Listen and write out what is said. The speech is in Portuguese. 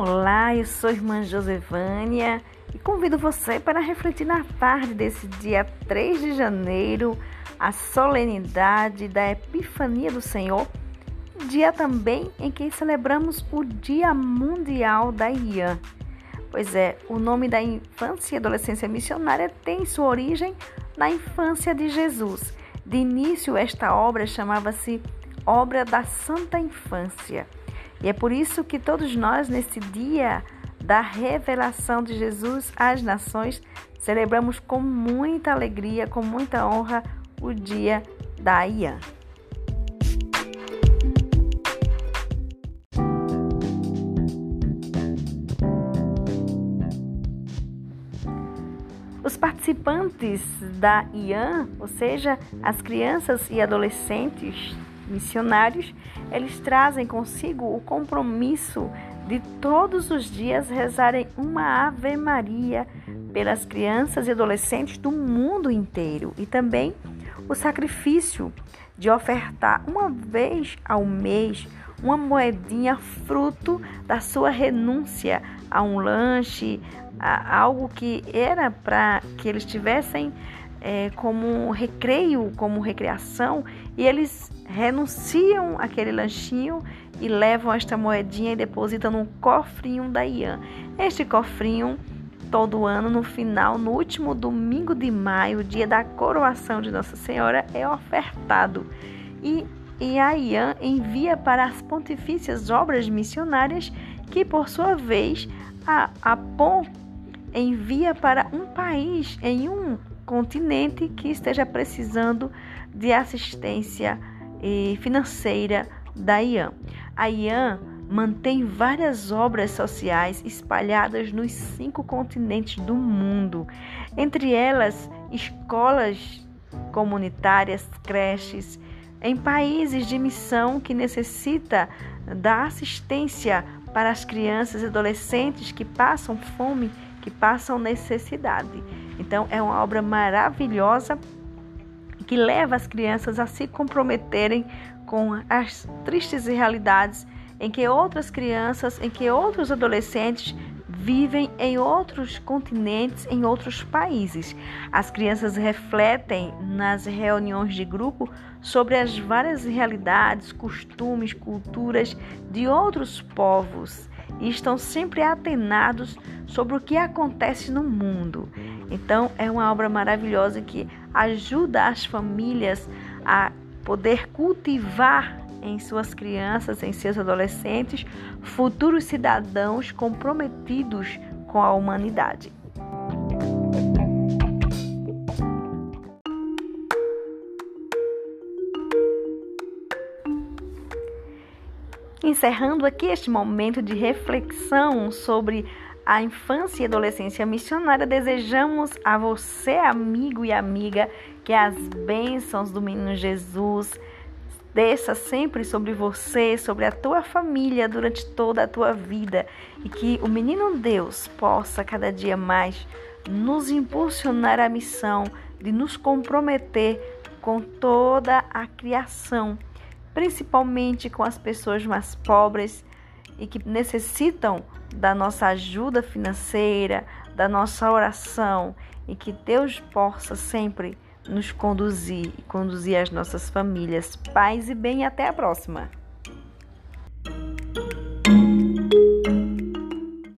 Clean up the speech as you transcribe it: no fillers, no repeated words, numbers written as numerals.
Olá, eu sou a irmã Josevânia e convido você para refletir na tarde desse dia 3 de janeiro, a solenidade da Epifania do Senhor, dia também em que celebramos o Dia Mundial da IAM. Pois é, o nome da infância e adolescência missionária tem sua origem na infância de Jesus. De início, esta obra chamava-se Obra da Santa Infância. E é por isso que todos nós, nesse dia da revelação de Jesus às nações, celebramos com muita alegria, com muita honra, o dia da IAM. Os participantes da IAM, ou seja, as crianças e adolescentes missionários, eles trazem consigo o compromisso de todos os dias rezarem uma Ave Maria pelas crianças e adolescentes do mundo inteiro e também o sacrifício de ofertar uma vez ao mês uma moedinha fruto da sua renúncia a um lanche, a algo que era para que eles tivessem como recreio, como recreação, e eles renunciam àquele lanchinho e levam esta moedinha e depositam no cofrinho da IAM. Este cofrinho, todo ano, no final, no último domingo de maio, dia da coroação de Nossa Senhora, é ofertado. E a IAM envia para as pontifícias obras missionárias, que por sua vez a POM envia para um país em um continente que esteja precisando de assistência financeira da IAM. A IAM mantém várias obras sociais espalhadas nos 5 continentes do mundo, entre elas escolas comunitárias, creches, em países de missão que necessita da assistência para as crianças e adolescentes que passam fome, que passam necessidade. Então, é uma obra maravilhosa que leva as crianças a se comprometerem com as tristes realidades em que outras crianças, em que outros adolescentes vivem em outros continentes, em outros países. As crianças refletem nas reuniões de grupo sobre as várias realidades, costumes, culturas de outros povos e estão sempre atenados sobre o que acontece no mundo. Então, é uma obra maravilhosa que ajuda as famílias a poder cultivar em suas crianças, em seus adolescentes, futuros cidadãos comprometidos com a humanidade. Encerrando aqui este momento de reflexão sobre a infância e adolescência missionária, desejamos a você, amigo e amiga, que as bênçãos do Menino Jesus desça sempre sobre você, sobre a tua família durante toda a tua vida, e que o Menino Deus possa cada dia mais nos impulsionar à missão de nos comprometer com toda a criação, principalmente com as pessoas mais pobres e que necessitam da nossa ajuda financeira, da nossa oração, e que Deus possa sempre nos conduzir e conduzir as nossas famílias. Paz e bem, até a próxima!